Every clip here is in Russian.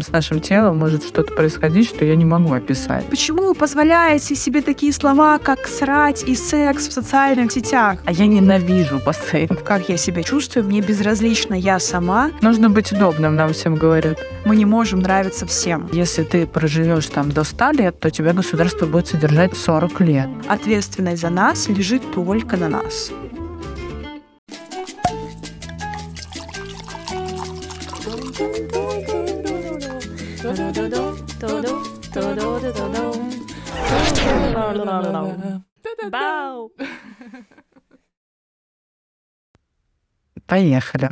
с нашим телом может что-то происходить, что я не могу описать. Почему вы позволяете себе такие слова, как «срать» и «секс» в социальных сетях? А я ненавижу бассейн. Как я себя чувствую, мне безразлично, я сама. Нужно быть удобным, нам всем говорят. Мы не можем нравиться всем. Если ты проживешь там до 100 лет, то тебя государство будет содержать 40 лет. Ответственность за нас лежит только на нас. Поехали.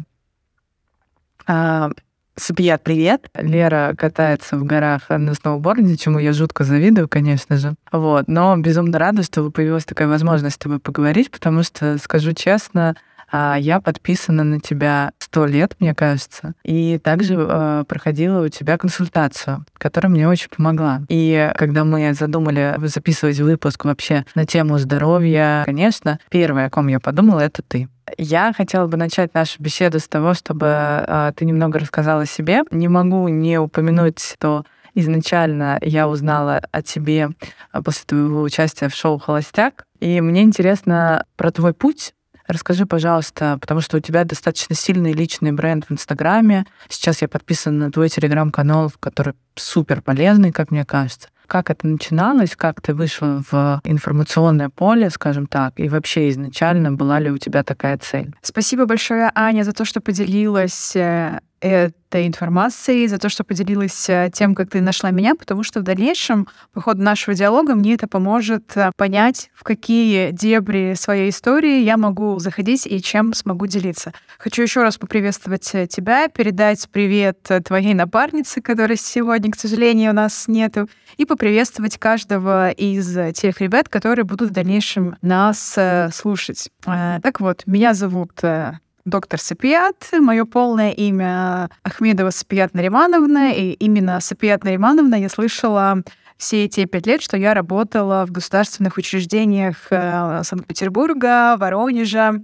Сапият, привет. Лера катается в горах на сноуборде, чему я жутко завидую, конечно же. Вот. Но безумно рада, что появилась такая возможность с тобой поговорить, потому что, скажу честно, я подписана на тебя 100 лет, мне кажется, и также проходила у тебя консультацию, которая мне очень помогла. И когда мы задумали записывать выпуск вообще на тему здоровья, конечно, первое, о ком я подумала, это ты. Я хотела бы начать нашу беседу с того, чтобы ты немного рассказала о себе. Не могу не упомянуть, что изначально я узнала о тебе после твоего участия в шоу «Холостяк». И мне интересно про твой путь. Расскажи, пожалуйста, потому что у тебя достаточно сильный личный бренд в Инстаграме. Сейчас я подписана на твой телеграм-канал, который супер полезный, как мне кажется. Как это начиналось, как ты вышла в информационное поле, скажем так, и вообще изначально была ли у тебя такая цель? Спасибо большое, Аня, за то, что поделилась этой информацией, за то, что поделилась тем, как ты нашла меня, потому что в дальнейшем, по ходу нашего диалога, мне это поможет понять, в какие дебри своей истории я могу заходить и чем смогу делиться. Хочу еще раз поприветствовать тебя, передать привет твоей напарнице, которой сегодня, к сожалению, у нас нету, и поприветствовать каждого из тех ребят, которые будут в дальнейшем нас слушать. Так вот, меня зовут доктор Сапият. Мое полное имя Ахмедова Сапият Наримановна. И именно Сапият Наримановна я слышала все те 5 лет, что я работала в государственных учреждениях Санкт-Петербурга, Воронежа.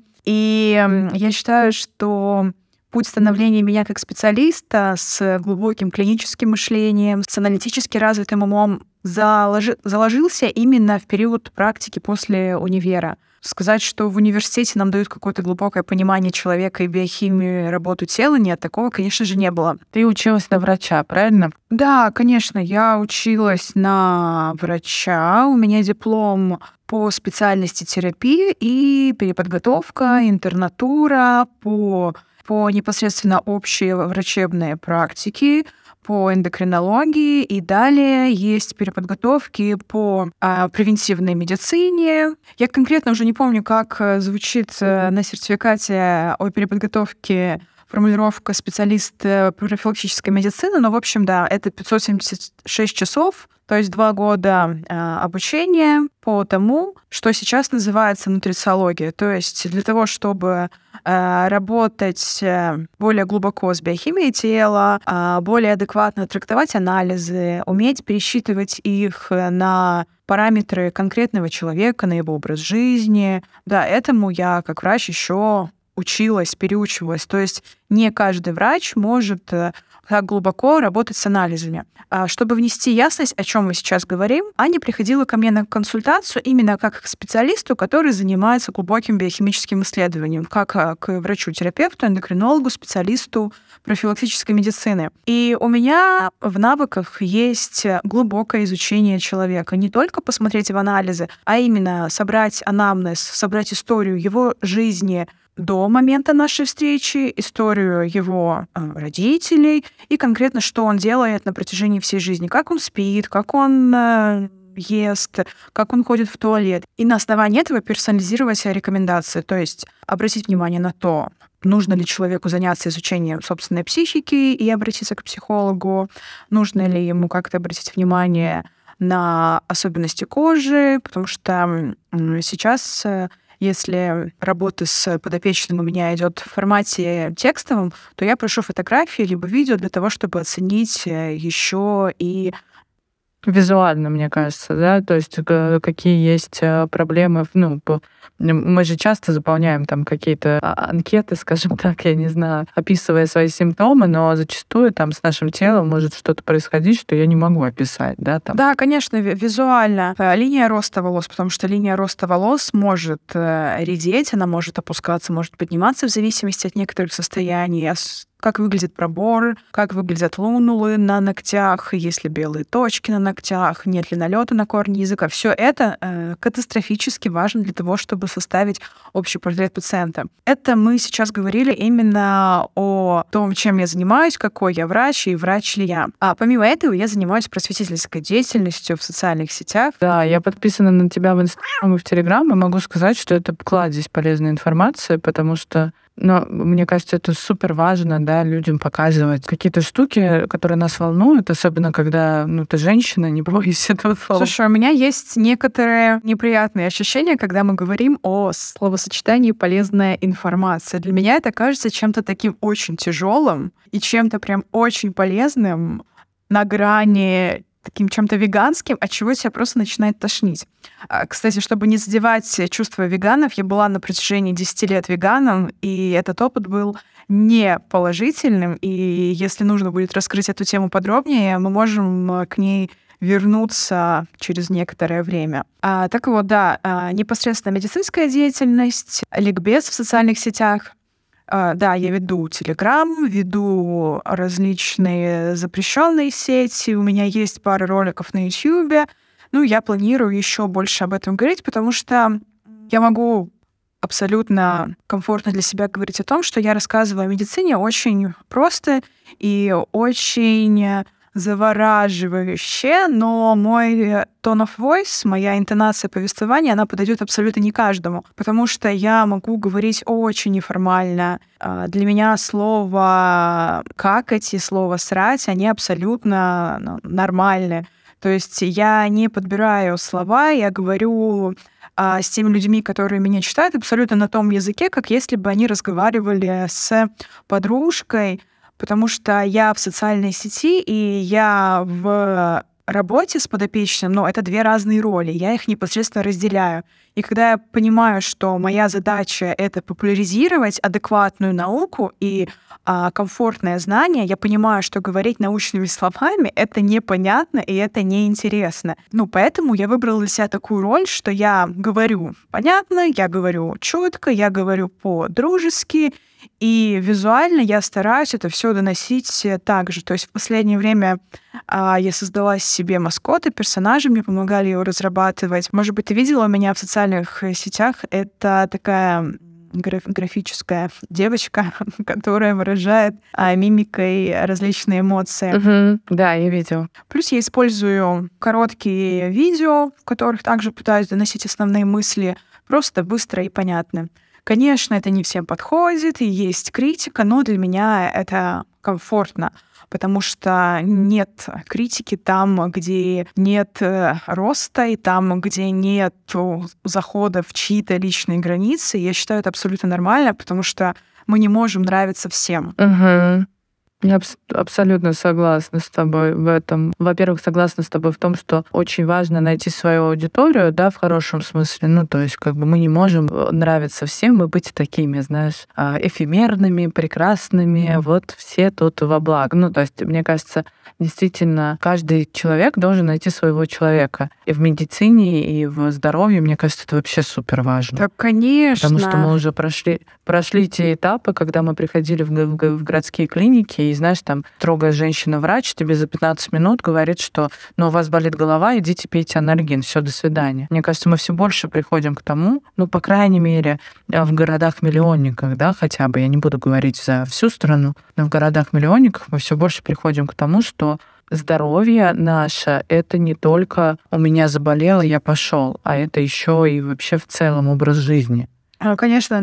И я считаю, что путь становления меня как специалиста с глубоким клиническим мышлением, с аналитически развитым умом заложился именно в период практики после универа. Сказать, что в университете нам дают какое-то глубокое понимание человека и биохимию, работу тела, нет, такого, конечно же, не было. Ты училась на врача, правильно? Да, конечно, я училась на врача. У меня диплом по специальности терапии и переподготовка, интернатура по непосредственно общие врачебные практики, по эндокринологии, и далее есть переподготовки по превентивной медицине. Я конкретно уже не помню, как звучит на сертификате о переподготовке формулировка специалист профилактической медицины, но, в общем, да, это 576 часов, то есть 2 года обучения по тому, что сейчас называется нутрициология. То есть для того, чтобы работать более глубоко с биохимией тела, более адекватно трактовать анализы, уметь пересчитывать их на параметры конкретного человека, на его образ жизни. Да, этому я как врач еще училась, переучивалась. То есть не каждый врач может так глубоко работать с анализами. Чтобы внести ясность, о чем мы сейчас говорим, Аня приходила ко мне на консультацию именно как к специалисту, который занимается глубоким биохимическим исследованием, как к врачу-терапевту, эндокринологу, специалисту профилактической медицины. И у меня в навыках есть глубокое изучение человека. Не только посмотреть в анализы, а именно собрать анамнез, собрать историю его жизни до момента нашей встречи, историю его родителей и конкретно, что он делает на протяжении всей жизни, как он спит, как он ест, как он ходит в туалет. И на основании этого персонализировать рекомендации, то есть обратить внимание на то, нужно ли человеку заняться изучением собственной психики и обратиться к психологу, нужно ли ему как-то обратить внимание на особенности кожи, потому что сейчас, если работа с подопечным у меня идет в формате текстовом, то я прошу фотографии либо видео для того, чтобы оценить еще и визуально, мне кажется, да, то есть какие есть проблемы, мы же часто заполняем там какие-то анкеты, скажем так, я не знаю, описывая свои симптомы, но зачастую там с нашим телом может что-то происходить, что я не могу описать, да, там. Да, конечно, визуально. Линия роста волос, потому что линия роста волос может редеть, она может опускаться, может подниматься в зависимости от некоторых состояний. Как выглядит пробор, как выглядят лунулы на ногтях, есть ли белые точки на ногтях, нет ли налета на корне языка. Все это катастрофически важно для того, чтобы составить общий портрет пациента. Это мы сейчас говорили именно о том, чем я занимаюсь, какой я врач и врач ли я. А помимо этого я занимаюсь просветительской деятельностью в социальных сетях. Да, я подписана на тебя в Инстаграм и в Телеграм, и могу сказать, что это кладезь полезной информации, потому что мне кажется, это супер важно, да, людям показывать какие-то штуки, которые нас волнуют, особенно когда, ты женщина, не бойся этого слова. Слушай, у меня есть некоторые неприятные ощущения, когда мы говорим о словосочетании «полезная информация». Для меня это кажется чем-то таким очень тяжелым и чем-то прям очень полезным на грани таким чем-то веганским, от чего тебя просто начинает тошнить. Кстати, чтобы не задевать чувства веганов, я была на протяжении 10 лет веганом, и этот опыт был не положительным, и если нужно будет раскрыть эту тему подробнее, мы можем к ней вернуться через некоторое время. Так вот, да, непосредственно медицинская деятельность, ликбез в социальных сетях. Да, я веду Телеграм, веду различные запрещенные сети, у меня есть пара роликов на Ютьюбе. Я планирую еще больше об этом говорить, потому что я могу абсолютно комфортно для себя говорить о том, что я рассказываю о медицине очень просто и очень завораживающе, но мой tone of voice, моя интонация повествования, она подойдет абсолютно не каждому, потому что я могу говорить очень неформально. Для меня слово «какать» и слово «срать», они абсолютно нормальны. То есть я не подбираю слова, я говорю с теми людьми, которые меня читают, абсолютно на том языке, как если бы они разговаривали с подружкой, потому что я в социальной сети, и я в работе с подопечным, но это две разные роли, я их непосредственно разделяю. И когда я понимаю, что моя задача — это популяризировать адекватную науку и комфортное знание, я понимаю, что говорить научными словами — это непонятно и это неинтересно. Поэтому я выбрала для себя такую роль, что я говорю понятно, я говорю четко, я говорю по-дружески, и визуально я стараюсь это все доносить так же. То есть в последнее время я создала себе маскота, персонажа, мне помогали его разрабатывать. Может быть, ты видела меня в социальных сетях? Это такая графическая девочка, которая выражает мимикой различные эмоции. Да, я видела. Плюс я использую короткие видео, в которых также пытаюсь доносить основные мысли просто быстро и понятно. Конечно, это не всем подходит, и есть критика, но для меня это комфортно, потому что нет критики там, где нет роста, и там, где нет захода в чьи-то личные границы. Я считаю это абсолютно нормально, потому что мы не можем нравиться всем. Я абсолютно согласна с тобой в этом. Во-первых, согласна с тобой в том, что очень важно найти свою аудиторию, да, в хорошем смысле. То есть мы не можем нравиться всем и быть такими, знаешь, эфемерными, прекрасными, вот все тут во благо. То есть, мне кажется, действительно, каждый человек должен найти своего человека. И в медицине, и в здоровье, мне кажется, это вообще супер важно. Так, конечно. Потому что мы уже прошли те этапы, когда мы приходили в городские клиники, и, знаешь, там строгая женщина-врач тебе за 15 минут говорит, что у вас болит голова, идите пейте анальгин, все, до свидания. Мне кажется, мы все больше приходим к тому, по крайней мере, в городах-миллионниках, да, хотя бы, я не буду говорить за всю страну, но в городах-миллионниках мы все больше приходим к тому, что здоровье наше — это не только у меня заболело, я пошел, а это еще и вообще в целом образ жизни. Конечно,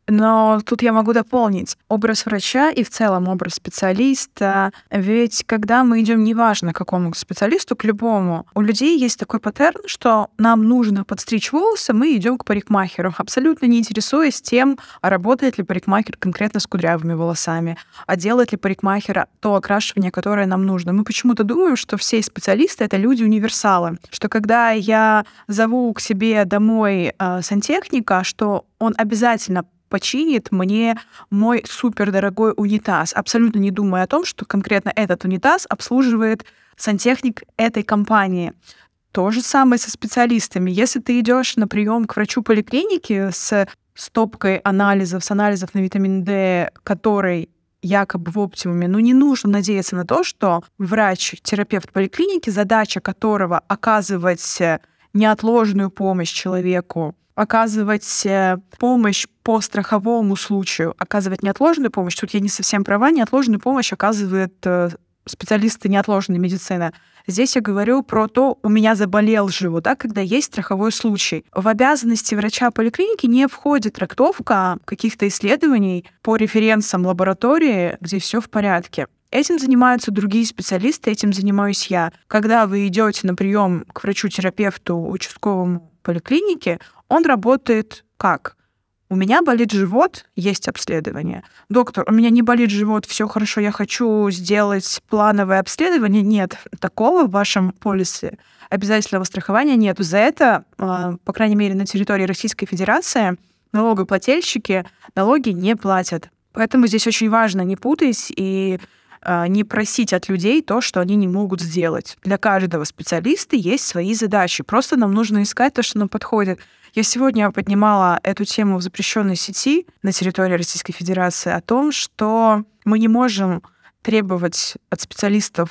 Но тут я могу дополнить образ врача и в целом образ специалиста. Ведь когда мы идем, неважно, к какому специалисту, к любому, у людей есть такой паттерн, что нам нужно подстричь волосы, мы идем к парикмахеру, абсолютно не интересуясь тем, а работает ли парикмахер конкретно с кудрявыми волосами, а делает ли парикмахер то окрашивание, которое нам нужно. Мы почему-то думаем, что все специалисты — это люди-универсалы, что когда я зову к себе домой сантехника, что он обязательно починит мне мой супердорогой унитаз, абсолютно не думая о том, что конкретно этот унитаз обслуживает сантехник этой компании. То же самое со специалистами. Если ты идешь на прием к врачу поликлиники с стопкой анализов, на витамин D, который якобы в оптимуме, не нужно надеяться на то, что врач-терапевт поликлиники, задача которого оказывать неотложную помощь человеку, оказывать помощь по страховому случаю, оказывать неотложную помощь. Тут я не совсем права, неотложную помощь оказывают специалисты неотложной медицины. Здесь я говорю про то, у меня заболел живот, когда есть страховой случай. В обязанности врача поликлиники не входит трактовка каких-то исследований по референсам лаборатории, где все в порядке. Этим занимаются другие специалисты, этим занимаюсь я. Когда вы идете на прием к врачу-терапевту участковому поликлиники, он работает как? У меня болит живот, есть обследование. Доктор, у меня не болит живот, все хорошо, я хочу сделать плановое обследование. Нет, такого в вашем полисе обязательного страхования нет. За это, по крайней мере, на территории Российской Федерации налогоплательщики налоги не платят. Поэтому здесь очень важно не путать и не просить от людей то, что они не могут сделать. Для каждого специалиста есть свои задачи. Просто нам нужно искать то, что нам подходит. Я сегодня поднимала эту тему в запрещенной сети на территории Российской Федерации о том, что мы не можем требовать от специалистов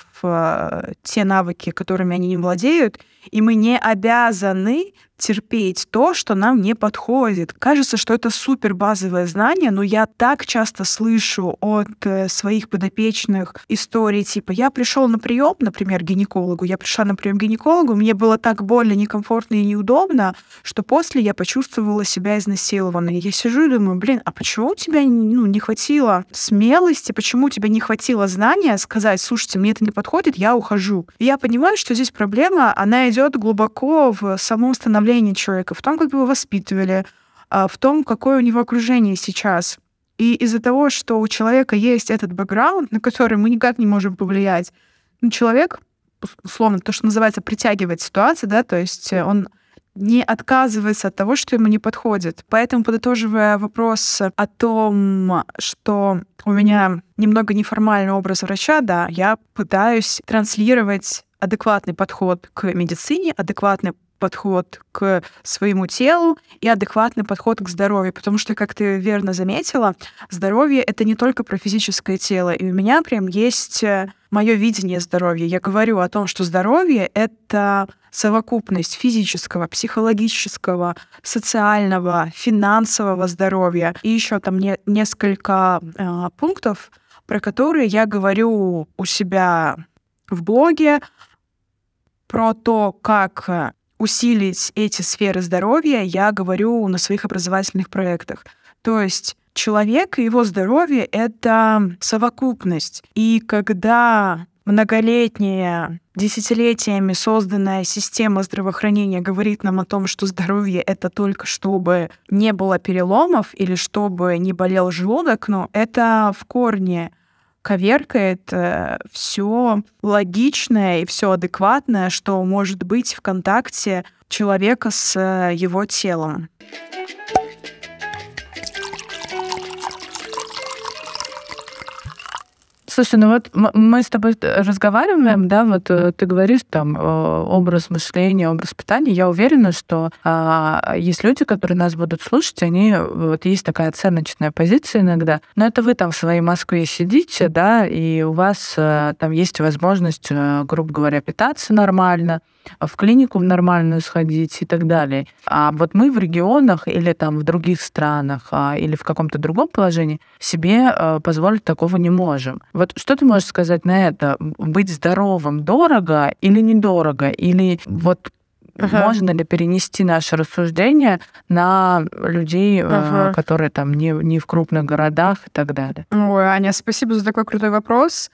те навыки, которыми они не владеют, и мы не обязаны терпеть то, что нам не подходит. Кажется, что это супер базовое знание, но я так часто слышу от своих подопечных истории, типа, я пришел на прием, например, к гинекологу, мне было так больно, некомфортно и неудобно, что после я почувствовала себя изнасилованной. Я сижу и думаю, а почему у тебя не хватило смелости, почему у тебя не хватило знания сказать, слушайте, мне это не подходит, я ухожу. И я понимаю, что здесь проблема, она идет глубоко в самом становлении человека, в том, как его воспитывали, в том, какое у него окружение сейчас. И из-за того, что у человека есть этот бэкграунд, на который мы никак не можем повлиять, человек, условно, то, что называется, притягивает ситуацию, то есть он не отказывается от того, что ему не подходит. Поэтому, подытоживая вопрос о том, что у меня немного неформальный образ врача, я пытаюсь транслировать адекватный подход к медицине, адекватный подход к своему телу и адекватный подход к здоровью. Потому что, как ты верно заметила, здоровье — это не только про физическое тело. И у меня прям есть мое видение здоровья. Я говорю о том, что здоровье — это совокупность физического, психологического, социального, финансового здоровья. И еще там несколько пунктов, про которые я говорю у себя в блоге, про то, как усилить эти сферы здоровья, я говорю на своих образовательных проектах. То есть человек и его здоровье — это совокупность. И когда многолетняя, десятилетиями созданная система здравоохранения говорит нам о том, что здоровье — это только чтобы не было переломов или чтобы не болел желудок, но это в корне коверкает все логичное и все адекватное, что может быть в контакте человека с его телом. Слушай, мы с тобой разговариваем, ты говоришь образ мышления, образ питания. Я уверена, что есть люди, которые нас будут слушать, есть такая оценочная позиция иногда. Но это вы в своей Москве сидите, и у вас там есть возможность, грубо говоря, питаться нормально, в клинику нормальную сходить и так далее. А мы в регионах или в других странах или в каком-то другом положении себе позволить такого не можем. Что ты можешь сказать на это? Быть здоровым дорого или недорого? Или можно ли перенести наше рассуждение на людей, которые там не в крупных городах и так далее? Ой, Аня, спасибо за такой крутой вопрос.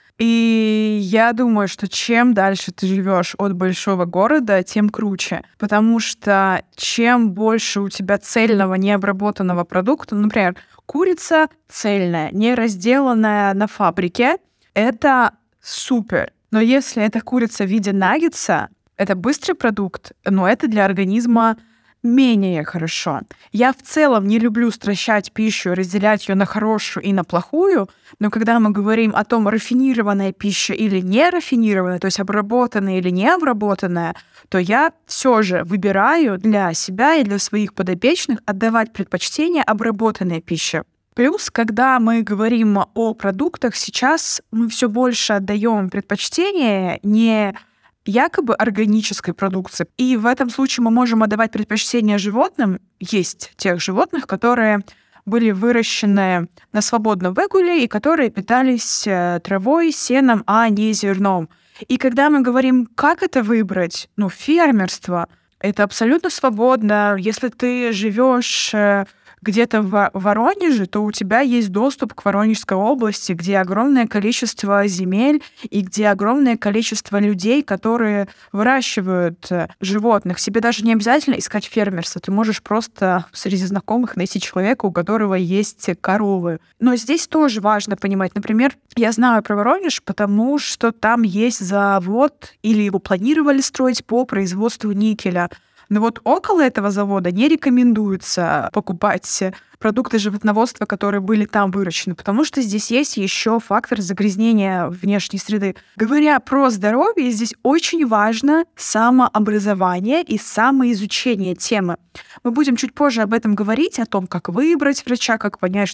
И я думаю, что чем дальше ты живешь от большого города, тем круче. Потому что чем больше у тебя цельного, необработанного продукта, например, курица цельная, не разделанная на фабрике, это супер. Но если это курица в виде наггетса, это быстрый продукт, но это для организма менее хорошо. Я в целом не люблю стращать пищу, разделять ее на хорошую и на плохую, но когда мы говорим о том, рафинированная пища или не рафинированная, то есть обработанная или не обработанная, то я все же выбираю для себя и для своих подопечных отдавать предпочтение обработанной пище. Плюс, когда мы говорим о продуктах, сейчас мы все больше отдаем предпочтение не якобы органической продукции. И в этом случае мы можем отдавать предпочтение животным. Есть тех животных, которые были выращены на свободном выгуле и которые питались травой, сеном, а не зерном. И когда мы говорим, как это выбрать, фермерство, это абсолютно свободно. Если ты живешь где-то в Воронеже, то у тебя есть доступ к Воронежской области, где огромное количество земель и где огромное количество людей, которые выращивают животных. Тебе даже не обязательно искать фермерство. Ты можешь просто среди знакомых найти человека, у которого есть коровы. Но здесь тоже важно понимать. Например, я знаю про Воронеж, потому что там есть завод, или его планировали строить по производству никеля. Но вот около этого завода не рекомендуется покупать продукты животноводства, которые были там выращены, потому что здесь есть еще фактор загрязнения внешней среды. Говоря про здоровье, здесь очень важно самообразование и самоизучение темы. Мы будем чуть позже об этом говорить, о том, как выбрать врача, как понять,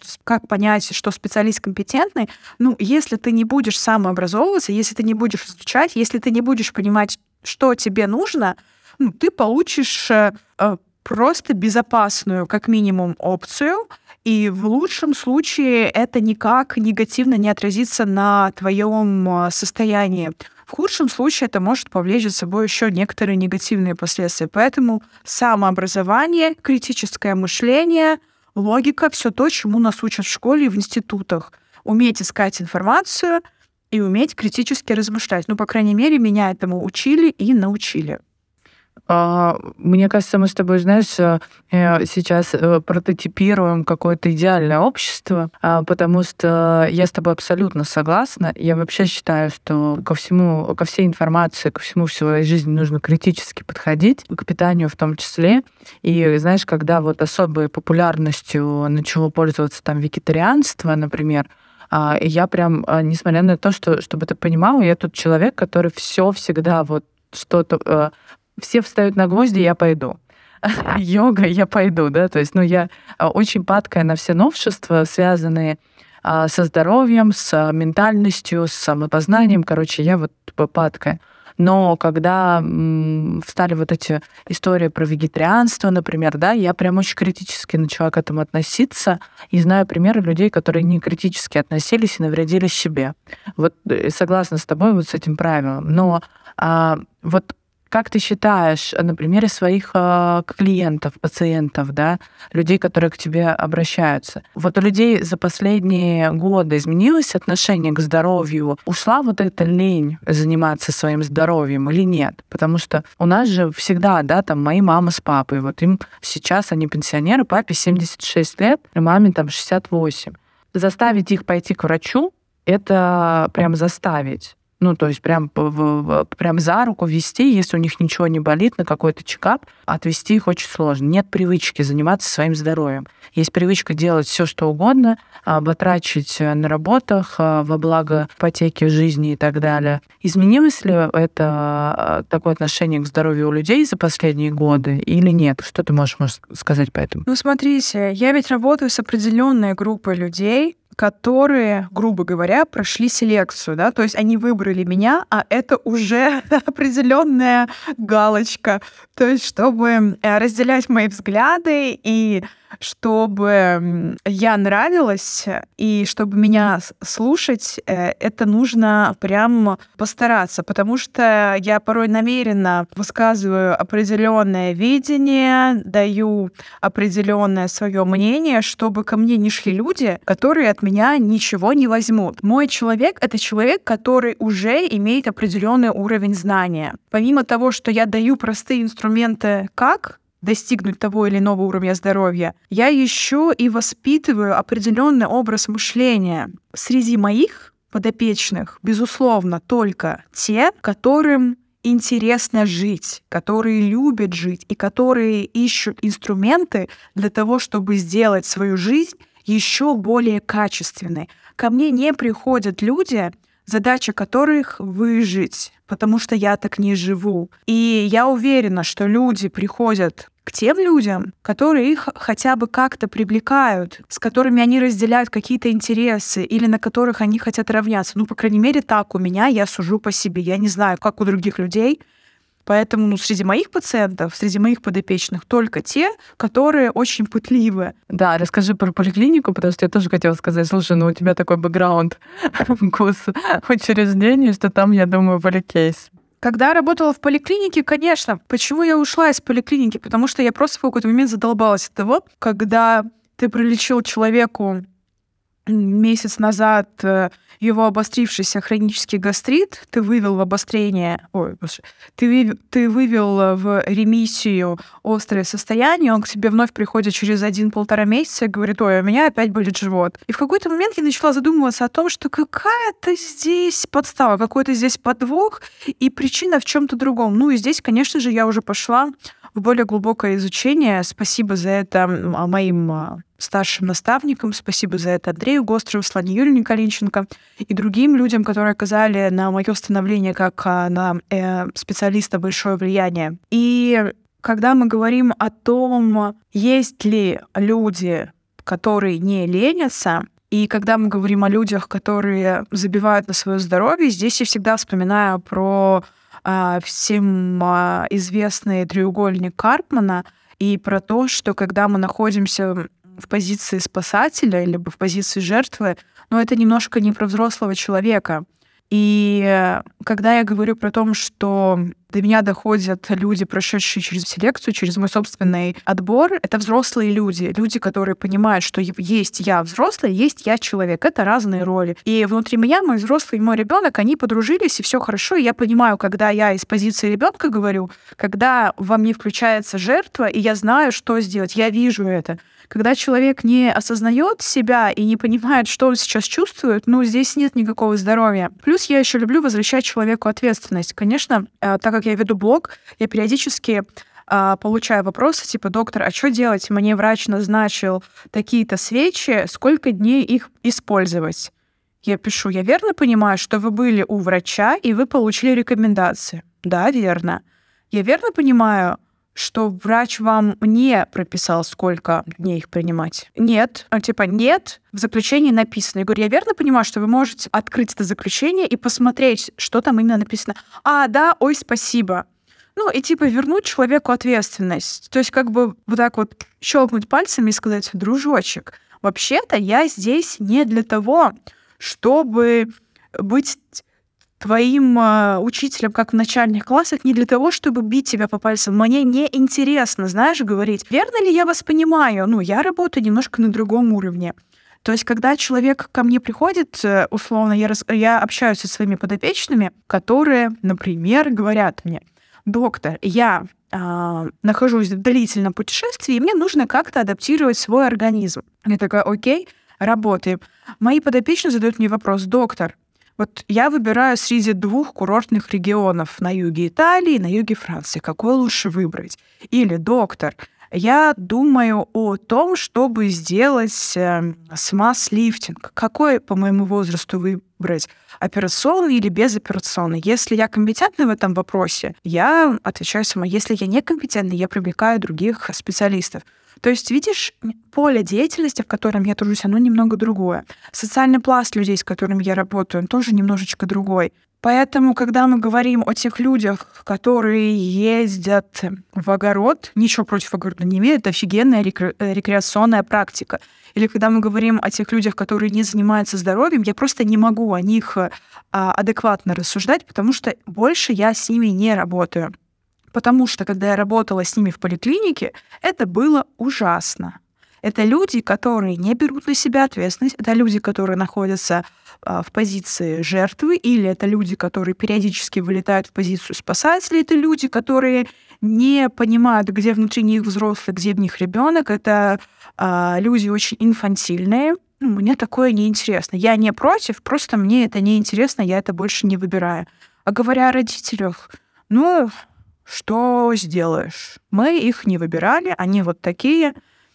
что специалист компетентный. Если ты не будешь самообразовываться, если ты не будешь изучать, если ты не будешь понимать, что тебе нужно, ты получишь просто безопасную, как минимум, опцию, и в лучшем случае это никак негативно не отразится на твоем состоянии. В худшем случае это может повлечь за собой еще некоторые негативные последствия. Поэтому самообразование, критическое мышление, логика — все то, чему нас учат в школе и в институтах. Уметь искать информацию и уметь критически размышлять. По крайней мере, меня этому учили и научили. Мне кажется, мы с тобой, сейчас прототипируем какое-то идеальное общество, потому что я с тобой абсолютно согласна. Я вообще считаю, что ко всей информации, ко всему в своей жизни нужно критически подходить, к питанию в том числе. И знаешь, когда особой популярностью начало пользоваться вегетарианство, например, я прям, несмотря на то, чтобы ты понимала, я тот человек, который всегда что-то... Все встают на гвозди, я пойду. Йога, я пойду, да, то есть, я очень падкая на все новшества, связанные со здоровьем, с ментальностью, с самопознанием, я падкая. Но когда встали эти истории про вегетарианство, например, да, я прям очень критически начала к этому относиться, и знаю примеры людей, которые не критически относились и навредили себе. Согласна с тобой с этим правилом. Но как ты считаешь, на примере своих клиентов, пациентов, да, людей, которые к тебе обращаются, у людей за последние годы изменилось отношение к здоровью? Ушла эта лень заниматься своим здоровьем или нет? Потому что у нас же всегда, да, мои мама с папой, им сейчас они пенсионеры, папе 76 лет, и маме 68. Заставить их пойти к врачу — это прям заставить. То есть прям за руку вести, если у них ничего не болит, на какой-то чекап, отвести их очень сложно. Нет привычки заниматься своим здоровьем. Есть привычка делать все, что угодно, батрачить на работах во благо ипотеки жизни и так далее. Изменилось ли это такое отношение к здоровью у людей за последние годы или нет? Что ты можешь сказать по этому? Смотрите, я ведь работаю с определенной группой людей, которые, грубо говоря, прошли селекцию, да, то есть они выбрали меня, а это уже определенная галочка. То есть чтобы разделять мои взгляды и чтобы я нравилась, и чтобы меня слушать, это нужно прям постараться, потому что я порой намеренно высказываю определенное видение, даю определенное свое мнение, чтобы ко мне не шли люди, которые от меня ничего не возьмут. Мой человек — это человек, который уже имеет определенный уровень знания. Помимо того, что я даю простые инструменты, как достигнуть того или иного уровня здоровья, я еще и воспитываю определенный образ мышления. Среди моих подопечных, безусловно, только те, которым интересно жить, которые любят жить и которые ищут инструменты для того, чтобы сделать свою жизнь еще более качественной. Ко мне не приходят люди, задача которых — выжить, потому что я так не живу. И я уверена, что люди приходят к тем людям, которые их хотя бы как-то привлекают, с которыми они разделяют какие-то интересы или на которых они хотят равняться. Ну, по крайней мере, так у меня, я сужу по себе. Я не знаю, как у других людей. Поэтому среди моих пациентов, среди моих подопечных только те, которые очень пытливы. Да, расскажи про поликлинику, потому что я тоже хотела сказать, слушай, у тебя такой бэкграунд госучреждений, что там, я думаю, поликейс. Когда я работала в поликлинике, конечно, почему я ушла из поликлиники? Потому что я просто в какой-то момент задолбалась от того, когда ты пролечил человеку месяц назад его обострившийся хронический гастрит, ты вывел в обострение, ты вывел в ремиссию острое состояние, он к тебе вновь приходит через 1-1,5 месяца и говорит: ой, у меня опять болит живот. И в какой-то момент я начала задумываться о том, что какая-то здесь подстава, какой-то здесь подвох, и причина в чем-то другом. И здесь, конечно же, я уже пошла в более глубокое изучение. Спасибо за это моим старшим наставникам, спасибо за это Андрею Гострову, Светлане Юрьевне Калинченко и другим людям, которые оказали на мое становление как на специалиста большое влияние. И когда мы говорим о том, есть ли люди, которые не ленятся, и когда мы говорим о людях, которые забивают на свое здоровье, здесь я всегда вспоминаю про всем известный треугольник Карпмана и про то, что когда мы находимся в позиции спасателя или в позиции жертвы, это немножко не про взрослого человека. И когда я говорю про то, что до меня доходят люди, прошедшие через селекцию, через мой собственный отбор, это взрослые люди, которые понимают, что есть я взрослый, есть я человек. Это разные роли. И внутри меня мой взрослый и мой ребенок, они подружились, и все хорошо. И я понимаю, когда я из позиции ребенка говорю, когда во мне включается жертва, и я знаю, что сделать, я вижу это. Когда человек не осознает себя и не понимает, что он сейчас чувствует, здесь нет никакого здоровья. Плюс я еще люблю возвращать человеку ответственность. Конечно, так как я веду блог, я периодически получаю вопросы типа: доктор, а что делать? Мне врач назначил такие-то свечи, сколько дней их использовать? Я пишу: я верно понимаю, что вы были у врача и вы получили рекомендации? Да, верно. Я верно понимаю, что врач вам не прописал, сколько дней их принимать? Нет. Нет. В заключении написано. Я говорю: я верно понимаю, что вы можете открыть это заключение и посмотреть, что там именно написано? Да, ой, спасибо. Вернуть человеку ответственность. То есть вот так вот щелкнуть пальцами и сказать: дружочек, вообще-то я здесь не для того, чтобы быть твоим учителем, как в начальных классах, не для того, чтобы бить тебя по пальцам. Мне неинтересно, говорить, верно ли я вас понимаю? Я работаю немножко на другом уровне. То есть, когда человек ко мне приходит, условно, я общаюсь со своими подопечными, которые, например, говорят мне: доктор, я нахожусь в длительном путешествии, и мне нужно как-то адаптировать свой организм. Я такая: окей, работаем. Мои подопечные задают мне вопрос: доктор, я выбираю среди 2 курортных регионов на юге Италии и на юге Франции. Какой лучше выбрать? Или: доктор, я думаю о том, чтобы сделать смаз-лифтинг. Какой по моему возрасту выбрать? Операционный или безоперационный? Если я компетентна в этом вопросе, я отвечаю сама. Если я некомпетентна, я привлекаю других специалистов. То есть, видишь, поле деятельности, в котором я тружусь, оно немного другое. Социальный пласт людей, с которыми я работаю, он тоже немножечко другой. Поэтому, когда мы говорим о тех людях, которые ездят в огород, ничего против огорода не имею, это офигенная рекреационная практика. Или когда мы говорим о тех людях, которые не занимаются здоровьем, я просто не могу о них адекватно рассуждать, потому что больше я с ними не работаю. Потому что, когда я работала с ними в поликлинике, это было ужасно. Это люди, которые не берут на себя ответственность, это люди, которые находятся в позиции жертвы, или это люди, которые периодически вылетают в позицию спасателей, это люди, которые не понимают, где внутри них взрослый, где в них ребенок. Это люди очень инфантильные. Мне такое неинтересно. Я не против, просто мне это неинтересно, я это больше не выбираю. А говоря о родителях, что сделаешь? Мы их не выбирали, они вот такие.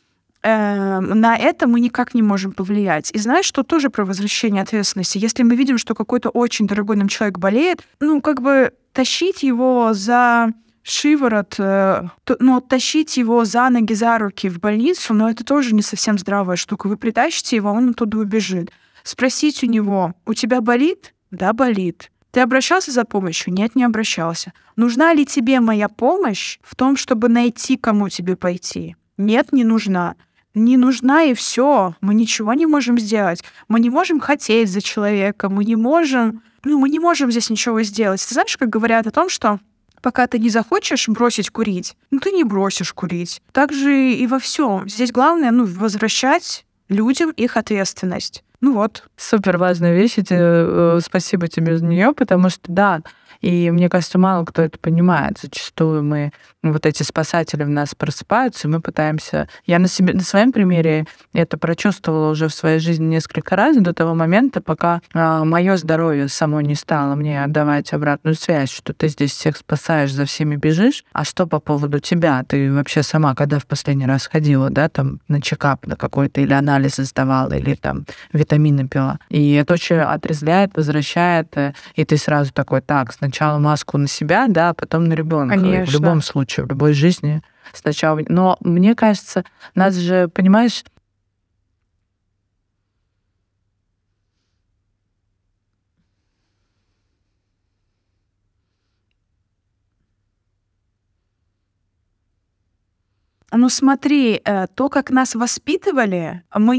На это мы никак не можем повлиять. И знаешь, что тоже про возвращение ответственности? Если мы видим, что какой-то очень дорогой нам человек болеет, тащить его за шиворот, тащить его за ноги, за руки в больницу, это тоже не совсем здравая штука. Вы притащите его, он оттуда убежит. Спросить у него, у тебя болит? Да, болит. Ты обращался за помощью? Нет, не обращался. Нужна ли тебе моя помощь в том, чтобы найти, кому тебе пойти? Нет, не нужна. Не нужна, и все. Мы ничего не можем сделать. Мы не можем хотеть за человека. Мы не можем здесь ничего сделать. Ты знаешь, как говорят о том, что пока ты не захочешь бросить курить, ты не бросишь курить. Так же и во всем. Здесь главное, возвращать людям их ответственность. Супер важная вещь, спасибо тебе за нее, потому что, да, и мне кажется, мало кто это понимает. Зачастую эти спасатели в нас просыпаются, и мы пытаемся... Я на своем примере это прочувствовала уже в своей жизни несколько раз до того момента, пока мое здоровье само не стало мне отдавать обратную связь, что ты здесь всех спасаешь, за всеми бежишь, а что по поводу тебя? Ты вообще сама, когда в последний раз ходила, да, там, на чекап на какой-то, или анализы сдавала, или там витамины пила? И это очень отрезвляет, возвращает, и ты сразу такой, так, сначала маску на себя, да, а потом на ребенка. В любом случае, в любой жизни сначала. Но мне кажется, нас же, понимаешь, смотри, то, как нас воспитывали, мы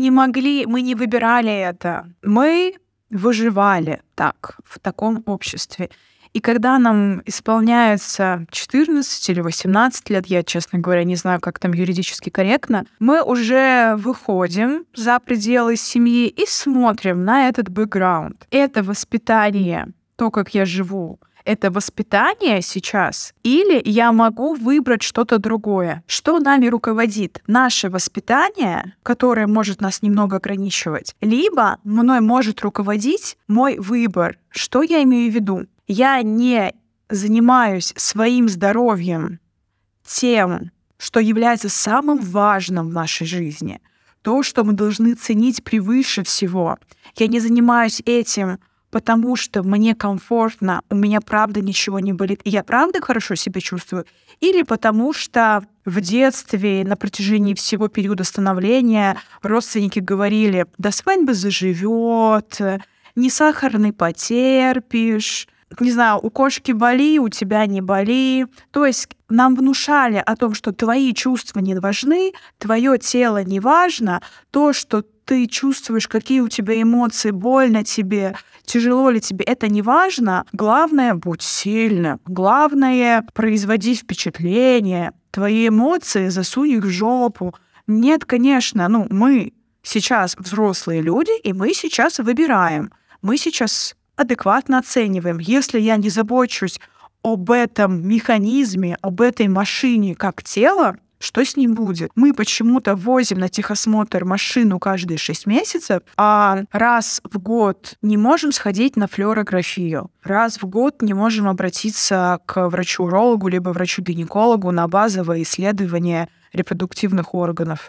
не выбирали это. Мы выживали в таком обществе. И когда нам исполняется 14 или 18 лет, я, честно говоря, не знаю, как там юридически корректно, мы уже выходим за пределы семьи и смотрим на этот бэкграунд. Это воспитание, то, как я живу, это воспитание сейчас, или я могу выбрать что-то другое? Что нами руководит? Наше воспитание, которое может нас немного ограничивать, либо мной может руководить мой выбор. Что я имею в виду? Я не занимаюсь своим здоровьем тем, что является самым важным в нашей жизни, то, что мы должны ценить превыше всего. Я не занимаюсь этим, потому что мне комфортно, у меня правда ничего не болит, и я правда хорошо себя чувствую, или потому что в детстве, на протяжении всего периода становления родственники говорили, до свадьбы заживет, не сахарный потерпишь, не знаю, у кошки боли, у тебя не боли. То есть нам внушали о том, что твои чувства не важны, твое тело не важно, то, что ты чувствуешь, какие у тебя эмоции, больно тебе, тяжело ли тебе, это не важно. Главное, будь сильным. Главное, производи впечатление. Твои эмоции засунь их в жопу. Нет, конечно, мы сейчас взрослые люди, и мы сейчас выбираем. Мы сейчас адекватно оцениваем. Если я не забочусь об этом механизме, об этой машине как тело, что с ним будет? Мы почему-то возим на техосмотр машину каждые 6 месяцев, а раз в год не можем сходить на флюорографию, раз в год не можем обратиться к врачу-урологу либо врачу-гинекологу на базовое исследование репродуктивных органов.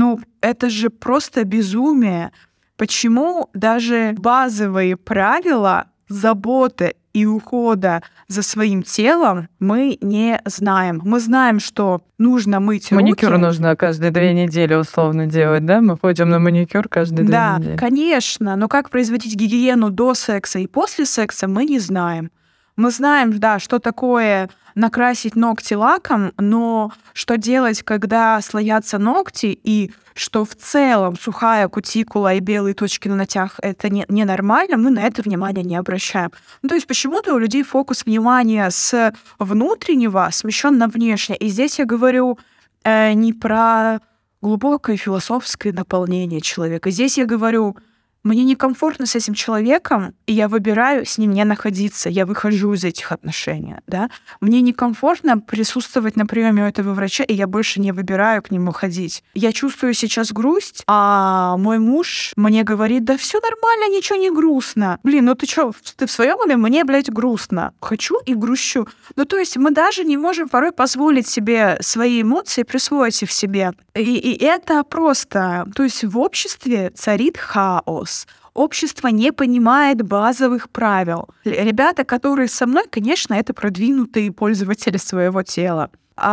Это же просто безумие. Почему даже базовые правила заботы и ухода за своим телом мы не знаем. Мы знаем, что нужно мыть руки. Маникюр нужно каждые 2 недели условно делать, да? Мы ходим на маникюр каждые 2 недели. Да, конечно, но как производить гигиену до секса и после секса, мы не знаем. Мы знаем, да, что такое накрасить ногти лаком, но что делать, когда слоятся ногти, и что в целом сухая кутикула и белые точки на ногтях — это ненормально, мы на это внимание не обращаем. Ну, то есть почему-то у людей фокус внимания с внутреннего смещен на внешнее. И здесь я говорю не про глубокое философское наполнение человека. Здесь я говорю, мне некомфортно с этим человеком, и я выбираю с ним не находиться, я выхожу из этих отношений, да. Мне некомфортно присутствовать на приеме у этого врача, и я больше не выбираю к нему ходить. Я чувствую сейчас грусть, а мой муж мне говорит: да все нормально, ничего не грустно. Блин, ну ты что, ты в своем уме? Мне, блядь, грустно. Хочу и грущу. Ну, то есть мы даже не можем порой позволить себе свои эмоции присвоить их себе. И это просто... То есть в обществе царит хаос. Общество не понимает базовых правил. Ребята, которые со мной, конечно, это продвинутые пользователи своего тела.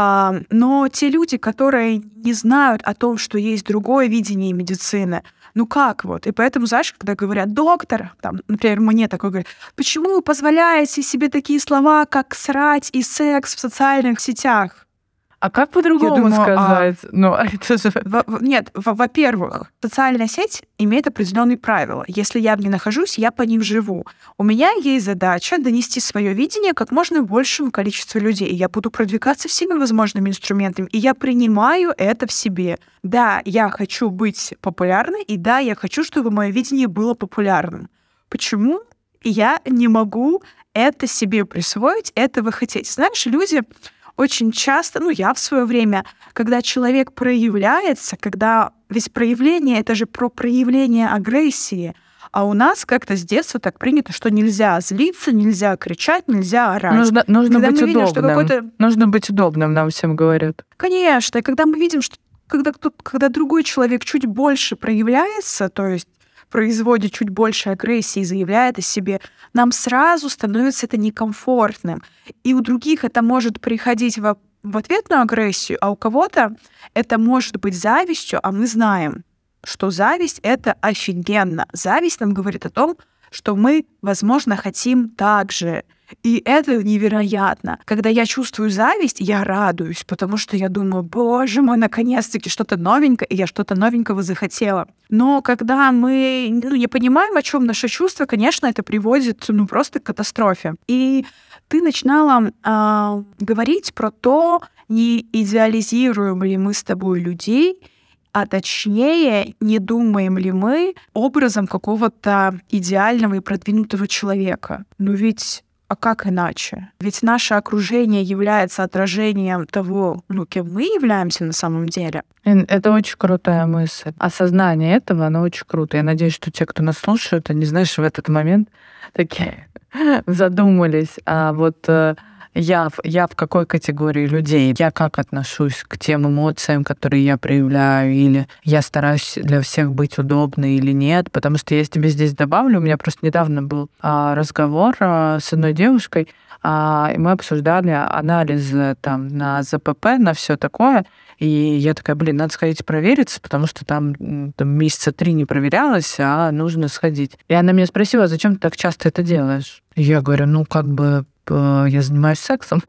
Но те люди, которые не знают о том, что есть другое видение медицины, ну как вот? И поэтому, знаешь, когда говорят: доктор, там, например, мне такой говорят: почему вы позволяете себе такие слова, как срать и секс в социальных сетях? А как по-другому сказать? Ну, это же... Нет, во-первых, социальная сеть имеет определенные правила. Если я в ней нахожусь, я по ним живу. У меня есть задача донести свое видение как можно большему количеству людей. И я буду продвигаться всеми возможными инструментами. И я принимаю это в себе. Да, я хочу быть популярной, и да, я хочу, чтобы мое видение было популярным. Почему я не могу это себе присвоить, этого хотеть? Знаешь, люди... Очень часто, ну, я в свое время, когда человек проявляется, когда... Ведь проявление — это же про проявление агрессии. А у нас как-то с детства так принято, что нельзя злиться, нельзя кричать, нельзя орать. Нужно быть удобным. Нужно быть удобным, нам всем говорят. Конечно. И когда мы видим, что когда другой человек чуть больше проявляется, то есть производит чуть больше агрессии, заявляет о себе, нам сразу становится это некомфортным. И у других это может приходить в ответную агрессию, а у кого-то это может быть завистью, а мы знаем, что зависть — это офигенно. Зависть нам говорит о том, что мы, возможно, хотим так же. И это невероятно. Когда я чувствую зависть, я радуюсь, потому что я думаю: боже мой, наконец-таки что-то новенькое, и я что-то новенького захотела. Но когда мы не понимаем, о чем наше чувство, конечно, это приводит просто к катастрофе. И ты начинала говорить про то, не идеализируем ли мы с тобой людей, а точнее, не думаем ли мы образом какого-то идеального и продвинутого человека. Но ведь а как иначе? Ведь наше окружение является отражением того, кем мы являемся на самом деле. Это очень крутая мысль. Осознание этого, оно очень круто. Я надеюсь, что те, кто нас слушают, они, знаешь, в этот момент такие задумались. А вот я в какой категории людей? Я как отношусь к тем эмоциям, которые я проявляю? Или я стараюсь для всех быть удобной или нет? Потому что я тебе здесь добавлю, у меня просто недавно был разговор с одной девушкой, и мы обсуждали анализ там на ЗПП, на все такое. И я такая: надо сходить провериться, потому что там месяца 3 не проверялась, а нужно сходить. И она меня спросила: зачем ты так часто это делаешь? И я говорю: я занимаюсь сексом.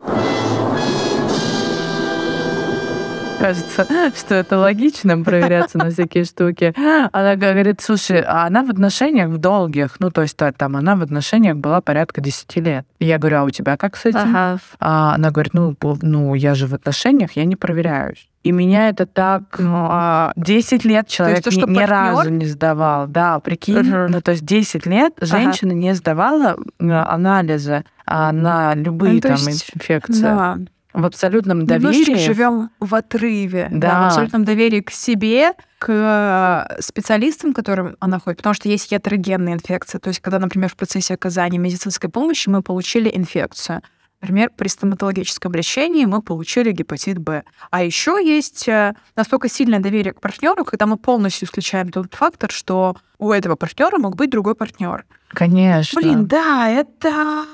Кажется, что это логично, проверяться на всякие штуки. Она говорит: слушай, а она в отношениях в долгих, то есть там она в отношениях была порядка 10 лет. И я говорю: а у тебя как с этим? Ага. Она говорит: я же в отношениях, я не проверяюсь. И меня это так... 10 лет человек ни разу не сдавал. Да, прикинь. То есть 10 лет женщина не сдавала анализы на любые там инфекции. Да. В абсолютном доверии. Немножечко живем в отрыве. Да, в абсолютном доверии к себе, к специалистам, к которым она ходит. Потому что есть гетерогенные инфекции. То есть когда, например, в процессе оказания медицинской помощи мы получили инфекцию. Например, при стоматологическом лечении мы получили гепатит Б. А еще есть настолько сильное доверие к партнеру, когда мы полностью исключаем тот фактор, что у этого партнера мог быть другой партнер. Конечно. Блин, да, это...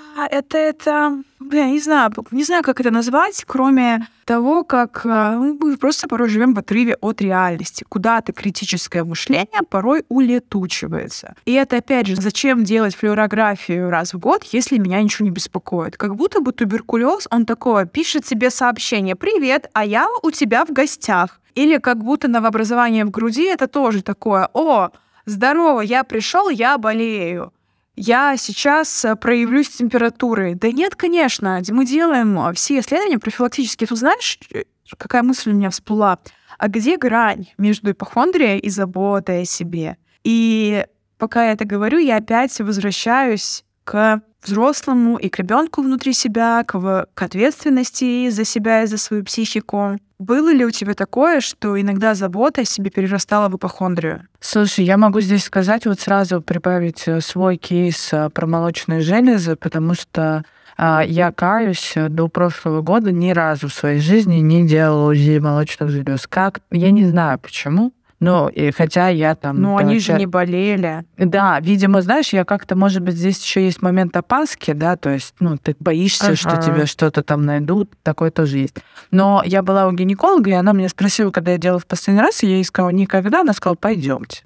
Я не знаю, как это назвать, кроме того, как мы просто порой живем в отрыве от реальности. Куда-то критическое мышление порой улетучивается. И это, опять же, зачем делать флюорографию раз в год, если меня ничего не беспокоит? Как будто бы туберкулез, он такое, пишет себе сообщение: «Привет, а я у тебя в гостях». Или как будто новообразование в груди — это тоже такое: «О, здорово, я пришел, я болею. Я сейчас проявлюсь температурой». Да нет, конечно, мы делаем все исследования профилактические. Тут знаешь, какая мысль у меня всплыла? А где грань между ипохондрией и заботой о себе? И пока я это говорю, я опять возвращаюсь к взрослому и к ребенку внутри себя, к ответственности за себя и за свою психику. Было ли у тебя такое, что иногда забота о себе перерастала в ипохондрию? Слушай, я могу здесь сказать, вот сразу прибавить свой кейс про молочные железы, потому что я каюсь, до прошлого года ни разу в своей жизни не делала УЗИ молочных желез. Я не знаю почему. Ну, и хотя я там... Но они же не болели. Да, видимо, знаешь, я как-то, может быть, здесь еще есть момент опаски, да, то есть, ты боишься, что тебе что-то там найдут, такое тоже есть. Но я была у гинеколога, и она меня спросила, когда я делала в последний раз, и я ей сказала: никогда. Она сказала: пойдемте.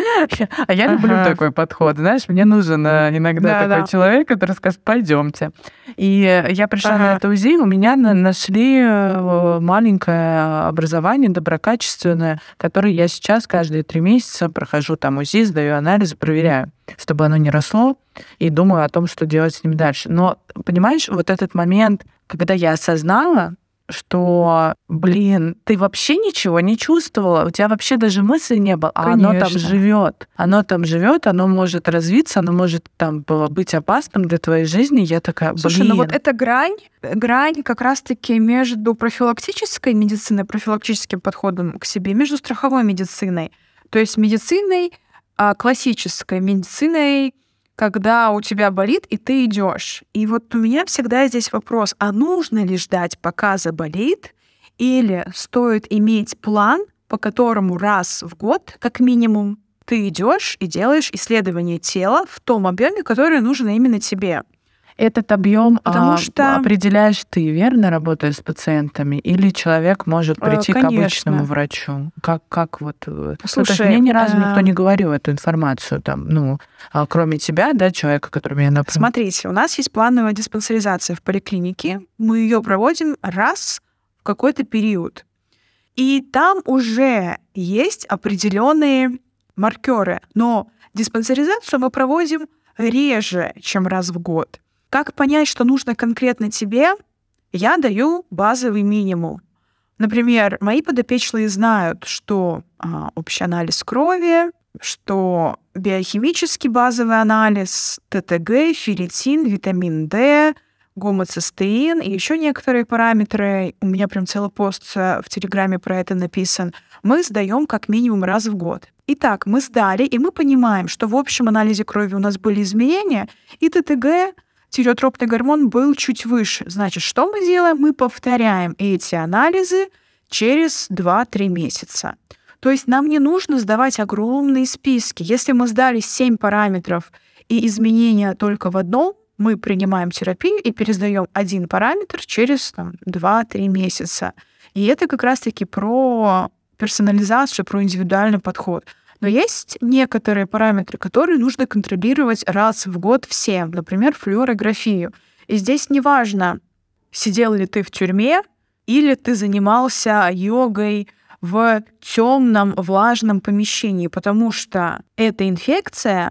А я люблю такой подход, знаешь, мне нужен иногда такой человек, который скажет: пойдемте. И я пришла на это УЗИ, у меня нашли маленькое образование доброкачественное, которое я сейчас каждые 3 месяца прохожу там УЗИ, сдаю анализы, проверяю, чтобы оно не росло, и думаю о том, что делать с ним дальше. Но, понимаешь, вот этот момент, когда я осознала, что, ты вообще ничего не чувствовала, у тебя вообще даже мысли не было, а оно там живет. Оно там живет, оно может развиться, оно может там быть опасным для твоей жизни. Я такая: Слушай, ну вот эта грань как раз-таки между профилактической медициной, профилактическим подходом к себе, между страховой медициной. То есть медициной, классической медициной, когда у тебя болит, и ты идешь. И вот у меня всегда здесь вопрос: а нужно ли ждать, пока заболит, или стоит иметь план, по которому раз в год, как минимум, ты идешь и делаешь исследование тела в том объеме, который нужен именно тебе? Этот объем определяешь ты, верно, работая с пациентами, или человек может прийти к обычному врачу? Как вот... Слушай, мне ни разу никто не говорил эту информацию, там, кроме тебя, да, человека, который меня направил. Смотрите, у нас есть плановая диспансеризация в поликлинике. Мы ее проводим раз в какой-то период. И там уже есть определенные маркеры. Но диспансеризацию мы проводим реже, чем раз в год. Как понять, что нужно конкретно тебе? Я даю базовый минимум. Например, мои подопечные знают, что общий анализ крови, что биохимический базовый анализ, ТТГ, ферритин, витамин D, гомоцистеин и еще некоторые параметры. У меня прям целый пост в Телеграме про это написан. Мы сдаем как минимум раз в год. Итак, мы сдали, и мы понимаем, что в общем анализе крови у нас были изменения, и ТТГ, тиреотропный гормон, был чуть выше. Значит, что мы делаем? Мы повторяем эти анализы через 2-3 месяца. То есть нам не нужно сдавать огромные списки. Если мы сдали 7 параметров и изменения только в одном, мы принимаем терапию и пересдаем один параметр через 2-3 месяца. И это как раз-таки про персонализацию, про индивидуальный подход. Но есть некоторые параметры, которые нужно контролировать раз в год всем. Например, флюорографию. И здесь неважно, сидел ли ты в тюрьме или ты занимался йогой в темном влажном помещении, потому что эта инфекция,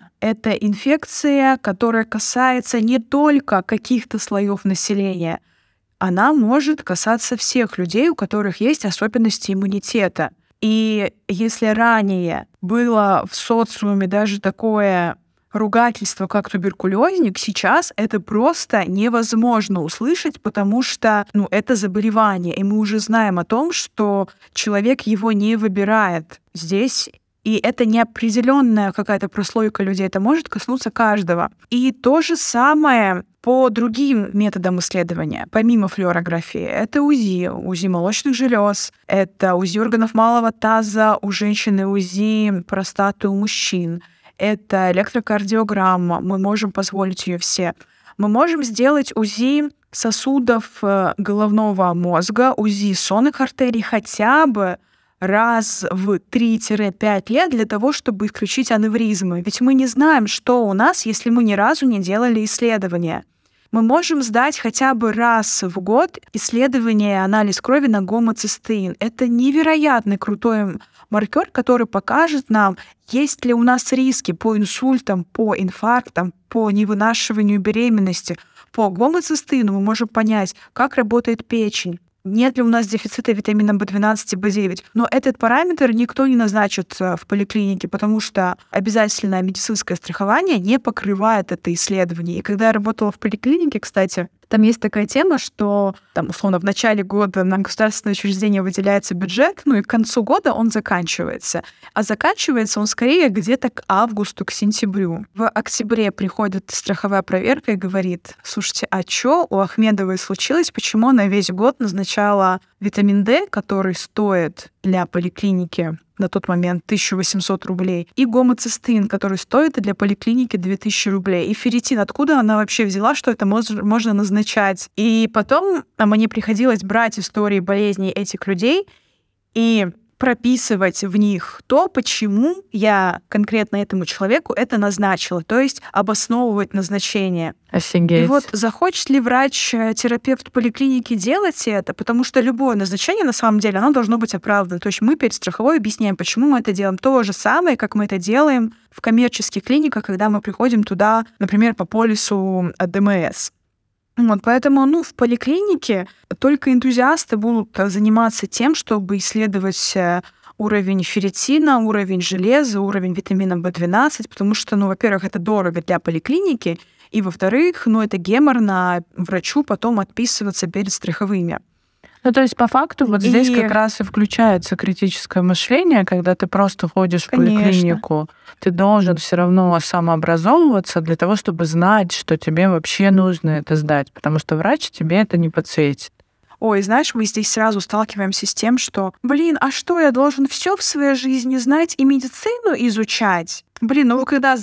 которая касается не только каких-то слоев населения, она может касаться всех людей, у которых есть особенности иммунитета. И если ранее было в социуме даже такое ругательство, как туберкулезник, сейчас это просто невозможно услышать, потому что это заболевание, и мы уже знаем о том, что человек его не выбирает здесь. И это неопределенная какая-то прослойка людей, это может коснуться каждого. И то же самое по другим методам исследования, помимо флюорографии. Это УЗИ молочных желез, это УЗИ органов малого таза у женщин и УЗИ простаты у мужчин. это электрокардиограмма, мы можем позволить ее все. Мы можем сделать УЗИ сосудов головного мозга, УЗИ сонных артерий хотя бы раз в 3-5 лет для того, чтобы исключить аневризмы. Ведь мы не знаем, что у нас, если мы ни разу не делали исследования. Мы можем сдать хотя бы раз в год исследование и анализ крови на гомоцистеин. Это невероятно крутой маркер, который покажет нам, есть ли у нас риски по инсультам, по инфарктам, по невынашиванию беременности. По гомоцистеину мы можем понять, как работает печень. Нет ли у нас дефицита витамина В12 и В9. Но этот параметр никто не назначит в поликлинике, потому что обязательное медицинское страхование не покрывает это исследование. И когда я работала в поликлинике, кстати, там есть такая тема, что, там, условно, в начале года на государственное учреждение выделяется бюджет, и к концу года он заканчивается. А заканчивается он скорее где-то к августу, к сентябрю. В октябре приходит страховая проверка и говорит: слушайте, а что у Ахмедовой случилось? Почему она весь год назначала витамин D, который стоит для поликлиники на тот момент 1800 рублей, и гомоцистеин, который стоит для поликлиники 2000 рублей. И ферритин, откуда она вообще взяла, что это можно назначать? И потом мне приходилось брать истории болезней этих людей и прописывать в них то, почему я конкретно этому человеку это назначила, то есть обосновывать назначение. Офигеть. И вот захочет ли врач-терапевт поликлиники делать это, потому что любое назначение, на самом деле, оно должно быть оправдано. То есть мы перед страховой объясняем, почему мы это делаем. То же самое, как мы это делаем в коммерческих клиниках, когда мы приходим туда, например, по полису ДМС. Вот, поэтому, в поликлинике только энтузиасты будут заниматься тем, чтобы исследовать уровень ферритина, уровень железа, уровень витамина В12, потому что, во-первых, это дорого для поликлиники, и, во-вторых, это геморно врачу потом отписываться перед страховыми. То есть, по факту, вот здесь как раз и включается критическое мышление, когда ты просто ходишь в поликлинику, ты должен все равно самообразовываться для того, чтобы знать, что тебе вообще нужно это сдать, потому что врач тебе это не подсветит. Ой, знаешь, мы здесь сразу сталкиваемся с тем, что, а что, я должен все в своей жизни знать и медицину изучать? Вы когда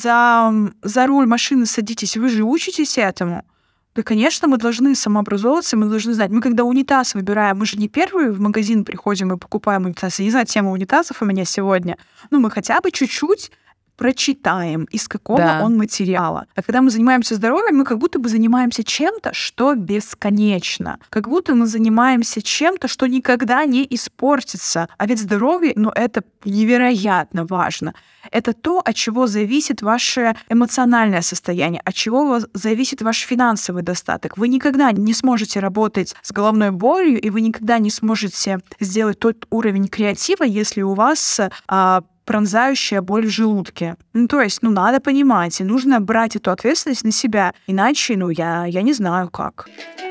за руль машины садитесь, вы же учитесь этому. Да, конечно, мы должны самообразовываться, мы должны знать. Мы когда унитаз выбираем, мы же не первые в магазин приходим и покупаем унитаз. Я не знаю, тема унитазов у меня сегодня. Мы хотя бы чуть-чуть прочитаем, из какого он материала. А когда мы занимаемся здоровьем, мы как будто бы занимаемся чем-то, что бесконечно. Как будто мы занимаемся чем-то, что никогда не испортится. А ведь здоровье, это невероятно важно. Это то, от чего зависит ваше эмоциональное состояние, от чего зависит ваш финансовый достаток. Вы никогда не сможете работать с головной болью, и вы никогда не сможете сделать тот уровень креатива, если у вас пронзающая боль в желудке. То есть, надо понимать, и нужно брать эту ответственность на себя. Иначе, я не знаю как.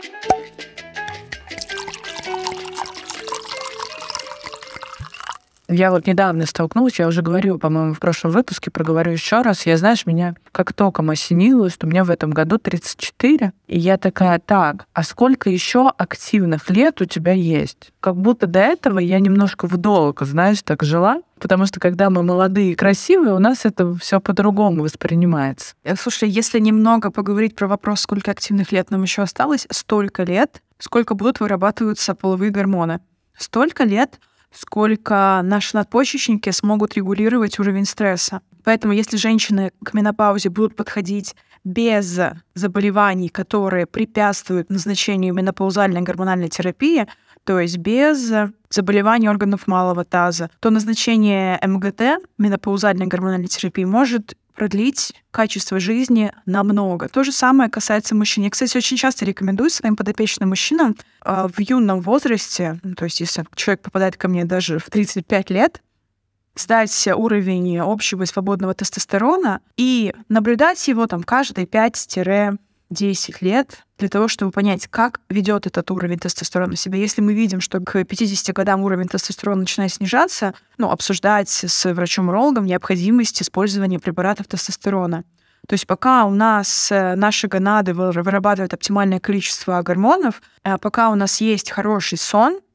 Я недавно столкнулась, я уже говорила, по-моему, в прошлом выпуске, проговорю еще раз. Меня как током осенило, что мне в этом году 34. И я такая: так, а сколько еще активных лет у тебя есть? Как будто до этого я немножко в долг, так жила. Потому что когда мы молодые и красивые, у нас это все по-другому воспринимается. Слушай, если немного поговорить про вопрос, сколько активных лет нам еще осталось, столько лет, сколько будут вырабатываться половые гормоны. Столько лет, сколько наши надпочечники смогут регулировать уровень стресса. Поэтому если женщины к менопаузе будут подходить без заболеваний, которые препятствуют назначению менопаузальной гормональной терапии, то есть без заболеваний органов малого таза, то назначение МГТ, менопаузальной гормональной терапии, может продлить качество жизни намного. То же самое касается мужчин. Я, кстати, очень часто рекомендую своим подопечным мужчинам в юном возрасте, то есть если человек попадает ко мне даже в 35 лет, сдать уровень общего и свободного тестостерона и наблюдать его каждые 5-10 лет для того, чтобы понять, как ведет этот уровень тестостерона себя. Если мы видим, что к 50 годам уровень тестостерона начинает снижаться, обсуждать с врачом-урологом необходимость использования препаратов тестостерона. То есть пока у нас наши гонады вырабатывают оптимальное количество гормонов, пока у нас есть хороший сон,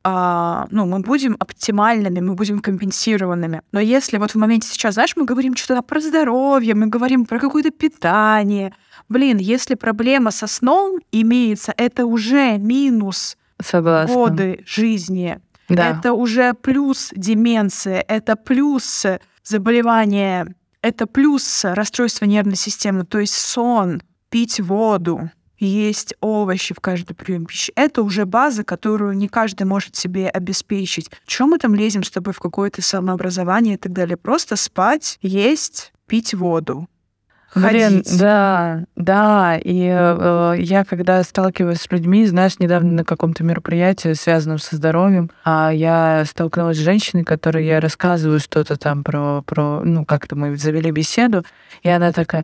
мы будем оптимальными, мы будем компенсированными. Но если вот в моменте сейчас, знаешь, мы говорим что-то про здоровье, мы говорим про какое-то питание. Если проблема со сном имеется, это уже минус годы жизни. Да. Это уже плюс деменция, это плюс заболевание, это плюс расстройство нервной системы, то есть сон, пить воду, есть овощи в каждый прием пищи. Это уже база, которую не каждый может себе обеспечить. Чего мы там лезем с тобой в какое-то самообразование и так далее? Просто спать, есть, пить воду. Ходить. Да. И я, когда сталкиваюсь с людьми, знаешь, недавно на каком-то мероприятии, связанном со здоровьем, я столкнулась с женщиной, которой я рассказываю что-то там про как-то мы завели беседу, и она такая,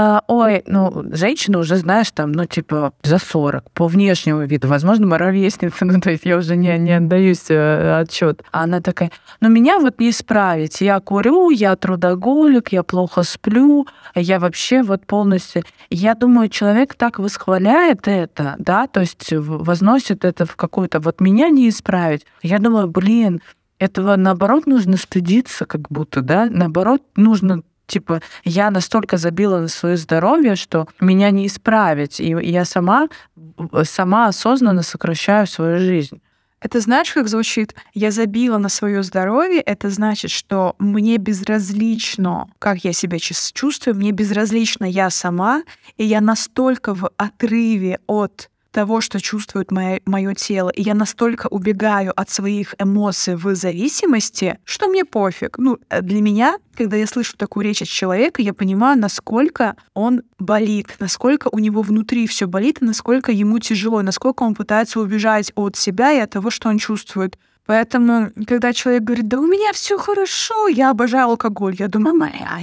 женщина уже, знаешь, там, за 40, по внешнему виду, возможно, моровестница, то есть я уже не отдаюсь отчет. А она такая, меня вот не исправить, я курю, я трудоголик, я плохо сплю, я вообще полностью... Я думаю, человек так восхваляет это, да, то есть возносит это в какую-то... меня не исправить. Я думаю, этого, наоборот, нужно стыдиться как будто, да? Наоборот, нужно... я настолько забила на свое здоровье, что меня не исправить. И я сама осознанно сокращаю свою жизнь. Это знаешь, как звучит? Я забила на свое здоровье. Это значит, что мне безразлично, как я себя чувствую, мне безразлично я сама, и я настолько в отрыве от того, что чувствует мое тело, и я настолько убегаю от своих эмоций в зависимости, что мне пофиг. Для меня, когда я слышу такую речь от человека, я понимаю, насколько он болит, насколько у него внутри все болит, и насколько ему тяжело, и насколько он пытается убежать от себя и от того, что он чувствует. Поэтому, когда человек говорит, да у меня все хорошо, я обожаю алкоголь, я думаю,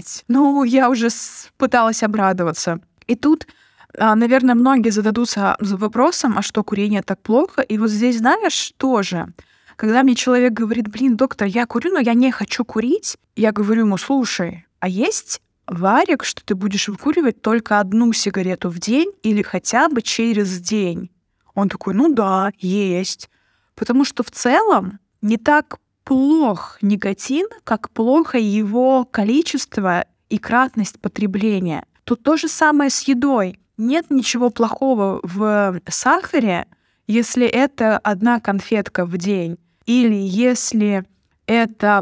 я уже пыталась обрадоваться. И тут наверное, многие зададутся вопросом, а что, курение так плохо? И вот здесь, знаешь, тоже, когда мне человек говорит, доктор, я курю, но я не хочу курить, я говорю ему, слушай, а есть варик, что ты будешь выкуривать только 1 сигарету в день или хотя бы через день? Он такой, да, есть. Потому что в целом не так плох никотин, как плохо его количество и кратность потребления. Тут то же самое с едой. Нет ничего плохого в сахаре, если это 1 конфетка в день, или если это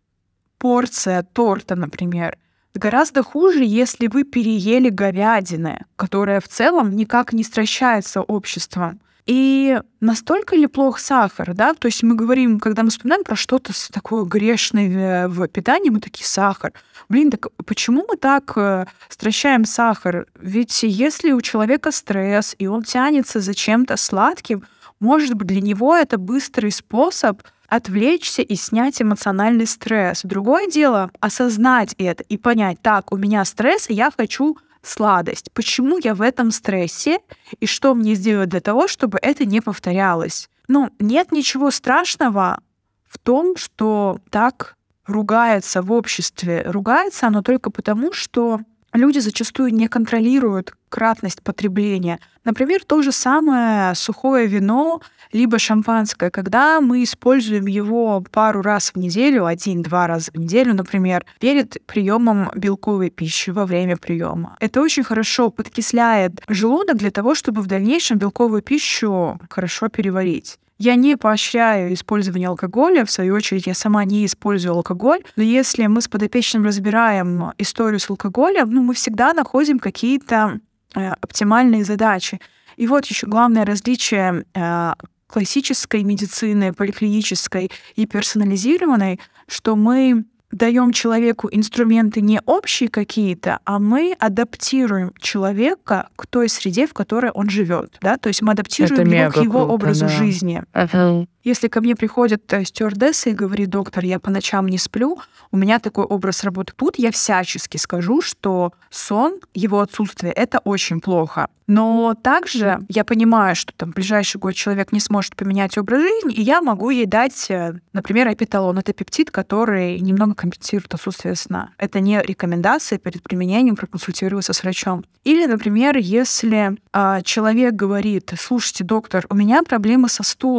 порция торта, например. Гораздо хуже, если вы переели говядины, которая в целом никак не стращается обществом. И настолько ли плох сахар, да? То есть мы говорим, когда мы вспоминаем про что-то такое грешное в питании, мы такие, сахар. Так почему мы так стращаем сахар? Ведь если у человека стресс, и он тянется за чем-то сладким, может быть, для него это быстрый способ отвлечься и снять эмоциональный стресс. Другое дело — осознать это и понять, так, у меня стресс, и я хочу сладость. Почему я в этом стрессе и что мне сделать для того, чтобы это не повторялось? Нет ничего страшного в том, что так ругается в обществе. Ругается оно только потому, что люди зачастую не контролируют кратность потребления. Например, то же самое сухое вино либо шампанское, когда мы используем его пару раз в неделю, 1-2 раза в неделю, например, перед приемом белковой пищи, во время приема. Это очень хорошо подкисляет желудок для того, чтобы в дальнейшем белковую пищу хорошо переварить. Я не поощряю использование алкоголя, в свою очередь я сама не использую алкоголь, но если мы с подопечным разбираем историю с алкоголем, мы всегда находим какие-то оптимальные задачи. И вот еще главное различие классической медицины, поликлинической и персонализированной, что мы даем человеку инструменты не общие какие-то, а мы адаптируем человека к той среде, в которой он живет. Да? То есть мы адаптируем его к его образу жизни. Если ко мне приходит стюардесса и говорит, доктор, я по ночам не сплю, у меня такой образ работы. Тут я всячески скажу, что сон, его отсутствие — это очень плохо. Но также я понимаю, что в ближайший год человек не сможет поменять образ жизни, и я могу ей дать, например, апиталон. Это пептид, который немного компенсирует отсутствие сна. Это не рекомендация перед применением проконсультироваться с врачом. Или, например, если человек говорит, слушайте, доктор, у меня проблемы со стулом,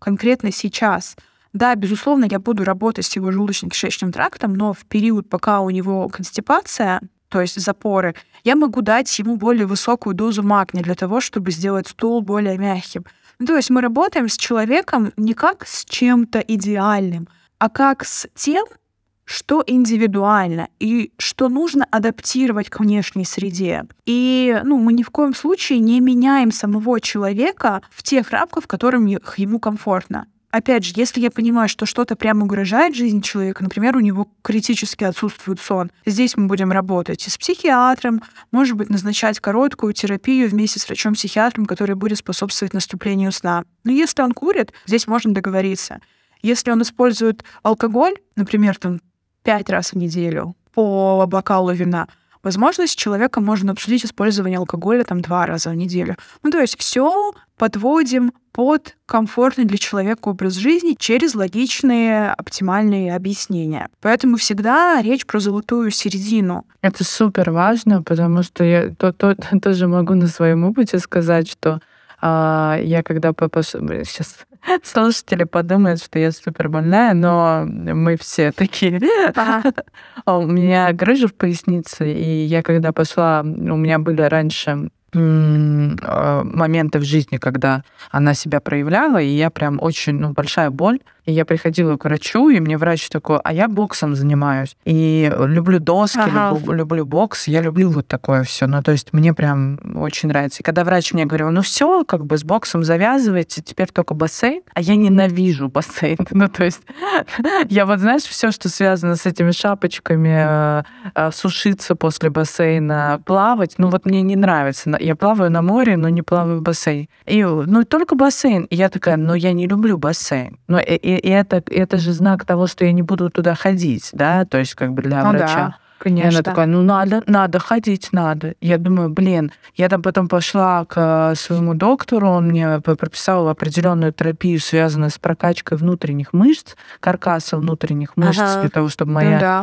конкретно сейчас. Да, безусловно, я буду работать с его желудочно-кишечным трактом, но в период, пока у него констипация, то есть запоры, я могу дать ему более высокую дозу магния для того, чтобы сделать стул более мягким. Ну, то есть мы работаем с человеком не как с чем-то идеальным, а как с тем, что индивидуально и что нужно адаптировать к внешней среде. И мы ни в коем случае не меняем самого человека в тех рамках, в которых ему комфортно. Опять же, если я понимаю, что что-то прямо угрожает жизни человека, например, у него критически отсутствует сон, здесь мы будем работать и с психиатром, может быть, назначать короткую терапию вместе с врачом-психиатром, который будет способствовать наступлению сна. Но если он курит, здесь можно договориться. Если он использует алкоголь, например, 5 раз в неделю по бокалу вина, возможно, с человеком можно обсудить использование алкоголя 2 раза в неделю. То есть все подводим под комфортный для человека образ жизни через логичные, оптимальные объяснения. Поэтому всегда речь про золотую середину. Это супер важно, потому что я тоже могу на своем опыте сказать, что я когда сейчас слушатели подумают, что я супер больная, но мы все такие. У меня грыжа в пояснице, и я когда пошла, у меня были раньше моменты в жизни, когда она себя проявляла, и я прям очень, большая боль. И я приходила к врачу, и мне врач такой: а я боксом занимаюсь. И люблю доски, люблю бокс, я люблю вот такое все. То есть мне прям очень нравится. И когда врач мне говорил: все, с боксом завязывайте, теперь только бассейн. А я ненавижу бассейн. То есть я знаешь, все, что связано с этими шапочками, сушиться после бассейна, плавать, мне не нравится. Я плаваю на море, но не плаваю в бассейне. И, только бассейн. И я такая: я не люблю бассейн. И это же знак того, что я не буду туда ходить, да, то есть для врача. Да. Конечно. И она такая: надо ходить, надо. Я думаю, я там потом пошла к своему доктору, он мне прописал определенную терапию, связанную с прокачкой внутренних мышц, каркаса внутренних мышц, для того, чтобы моя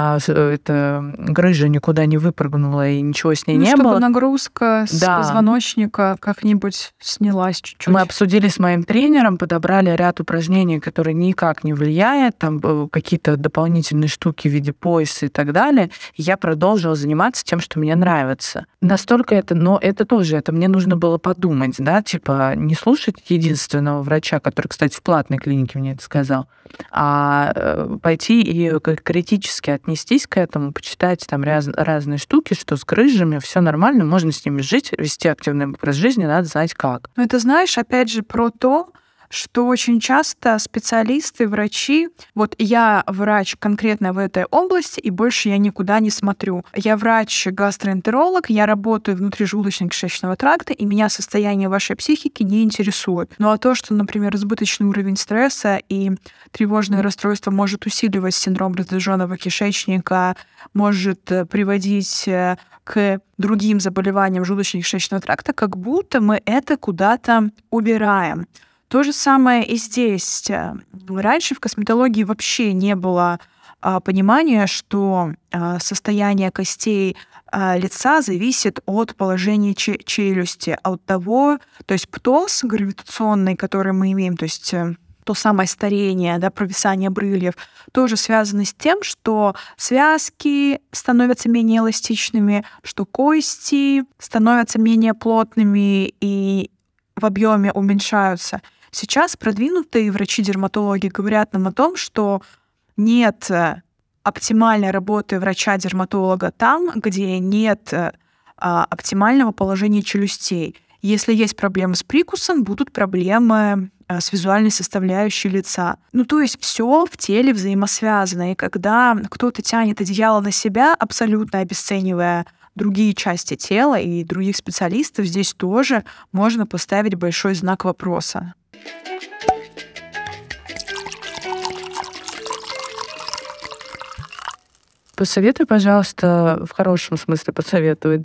грыжа никуда не выпрыгнула и ничего с ней не было. Чтобы нагрузка с позвоночника как-нибудь снялась чуть-чуть. Мы обсудили с моим тренером, подобрали ряд упражнений, которые никак не влияют, там какие-то дополнительные штуки в виде пояса и так далее. Я продолжила заниматься тем, что мне нравится. Настолько но это мне нужно было подумать, да, не слушать единственного врача, который, кстати, в платной клинике мне это сказал, а пойти и критически отнестись к этому, почитать там разные штуки, что с грыжами все нормально, можно с ними жить, вести активный образ жизни, надо знать как. Это, знаешь, опять же, про то, что очень часто специалисты, врачи, я врач конкретно в этой области, и больше я никуда не смотрю. Я врач-гастроэнтеролог, я работаю внутри желудочно-кишечного тракта, и меня состояние вашей психики не интересует. А то, что, например, избыточный уровень стресса и тревожное расстройство может усиливать синдром раздраженного кишечника, может приводить к другим заболеваниям желудочно-кишечного тракта, как будто мы это куда-то убираем. То же самое и здесь. Раньше в косметологии вообще не было понимания, что состояние костей лица зависит от положения челюсти, от того, то есть птоз гравитационный, который мы имеем, то есть то самое старение, провисание брыльев, тоже связано с тем, что связки становятся менее эластичными, что кости становятся менее плотными и в объеме уменьшаются. Сейчас продвинутые врачи-дерматологи говорят нам о том, что нет оптимальной работы врача-дерматолога там, где нет оптимального положения челюстей. Если есть проблемы с прикусом, будут проблемы с визуальной составляющей лица. То есть все в теле взаимосвязано. И когда кто-то тянет одеяло на себя, абсолютно обесценивая другие части тела и других специалистов, здесь тоже можно поставить большой знак вопроса. Посоветуй, пожалуйста, в хорошем смысле посоветуй, да,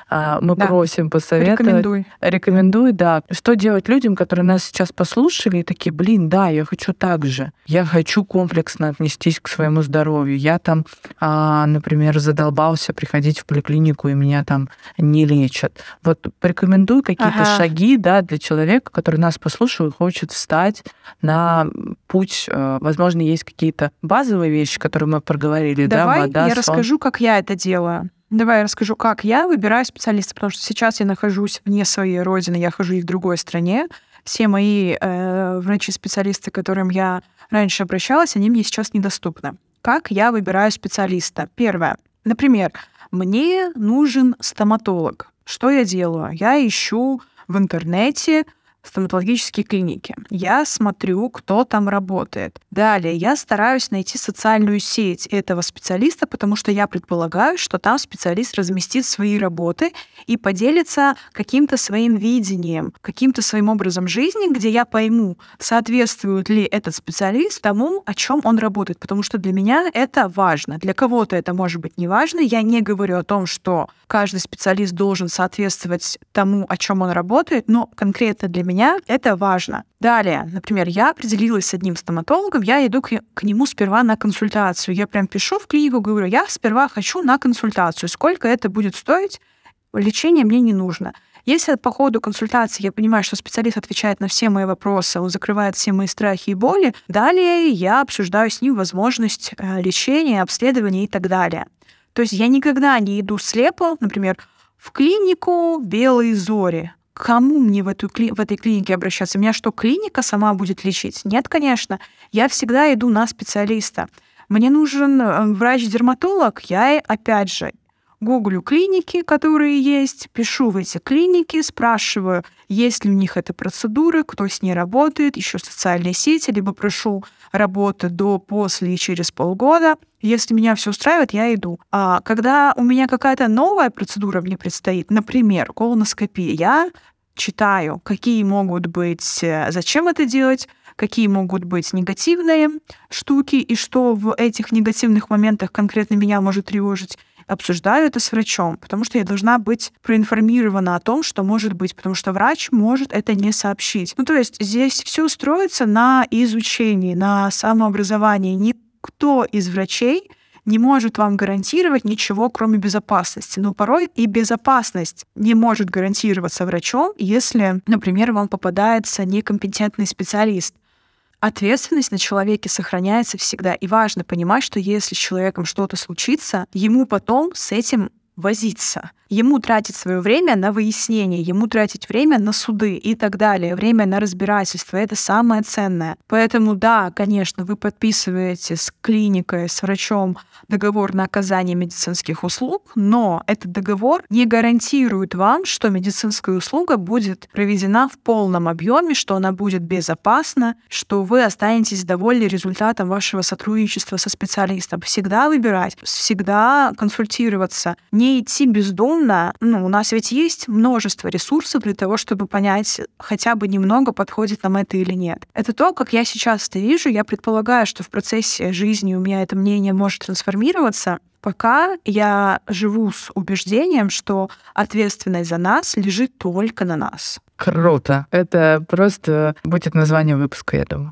Мы просим посоветовать. Рекомендуй, да. Что делать людям, которые нас сейчас послушали и такие, да, я хочу так же. Я хочу комплексно отнестись к своему здоровью. Я там, например, задолбался приходить в поликлинику, и меня там не лечат. Вот порекомендуй какие-то шаги, да, для человека, который нас послушал и хочет встать на путь. Возможно, есть какие-то базовые вещи, которые мы проговорили. Давай вода, я сон. расскажу, как я это делаю. Давай я расскажу, как я выбираю специалиста, потому что сейчас я нахожусь вне своей родины, я хожу и в другой стране. Все мои врачи-специалисты, к которым я раньше обращалась, они мне сейчас недоступны. Как я выбираю специалиста? Первое. Например, мне нужен стоматолог. Что я делаю? Я ищу в интернете стоматологические клиники. Я смотрю, кто там работает. Далее, я стараюсь найти социальную сеть этого специалиста, потому что я предполагаю, что там специалист разместит свои работы и поделится каким-то своим видением, каким-то своим образом жизни, где я пойму, соответствует ли этот специалист тому, о чем он работает. Потому что для меня это важно. Для кого-то это может быть не важно. Я не говорю о том, что каждый специалист должен соответствовать тому, о чем он работает, но конкретно для меня это важно. Далее, например, я определилась с одним стоматологом, я иду к нему сперва на консультацию. Я прям пишу в клинику, говорю, я сперва хочу на консультацию. Сколько это будет стоить? Лечение мне не нужно. Если по ходу консультации я понимаю, что специалист отвечает на все мои вопросы, он закрывает все мои страхи и боли, далее я обсуждаю с ним возможность лечения, обследования и так далее. То есть я никогда не иду слепо, например, в клинику «Белые зори». Кому мне в этой клинике обращаться? Меня что, клиника сама будет лечить? Нет, конечно. Я всегда иду на специалиста. Мне нужен врач-дерматолог. Я, опять же, гуглю клиники, которые есть, пишу в эти клиники, спрашиваю, есть ли у них эта процедура, кто с ней работает, еще социальные сети, либо прошу работы до, после и через полгода. Если меня все устраивает, я иду. А когда у меня какая-то новая процедура мне предстоит, например, колоноскопия, я читаю, какие могут быть, зачем это делать, какие могут быть негативные штуки, и что в этих негативных моментах конкретно меня может тревожить. Обсуждаю это с врачом, потому что я должна быть проинформирована о том, что может быть, потому что врач может это не сообщить. То есть здесь все строится на изучении, на самообразовании. Никто из врачей не может вам гарантировать ничего, кроме безопасности. Но порой и безопасность не может гарантироваться врачом, если, например, вам попадается некомпетентный специалист. Ответственность на человеке сохраняется всегда. И важно понимать, что если с человеком что-то случится, ему потом с этим возиться. Ему тратить свое время на выяснение, ему тратить время на суды и так далее, время на разбирательство. Это самое ценное. Поэтому, да, конечно, вы подписываете с клиникой, с врачом договор на оказание медицинских услуг, но этот договор не гарантирует вам, что медицинская услуга будет проведена в полном объеме, что она будет безопасна, что вы останетесь довольны результатом вашего сотрудничества со специалистом. Всегда выбирать, всегда консультироваться, не идти бездумно. У нас ведь есть множество ресурсов для того, чтобы понять хотя бы немного, подходит нам это или нет. Это то, как я сейчас это вижу. Я предполагаю, что в процессе жизни у меня это мнение может трансформироваться. Пока я живу с убеждением, что ответственность за нас лежит только на нас. Круто. Это просто будет название выпуска, я думаю.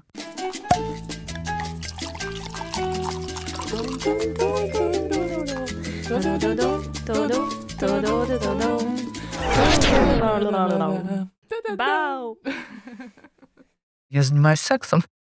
Я занимаюсь сексом.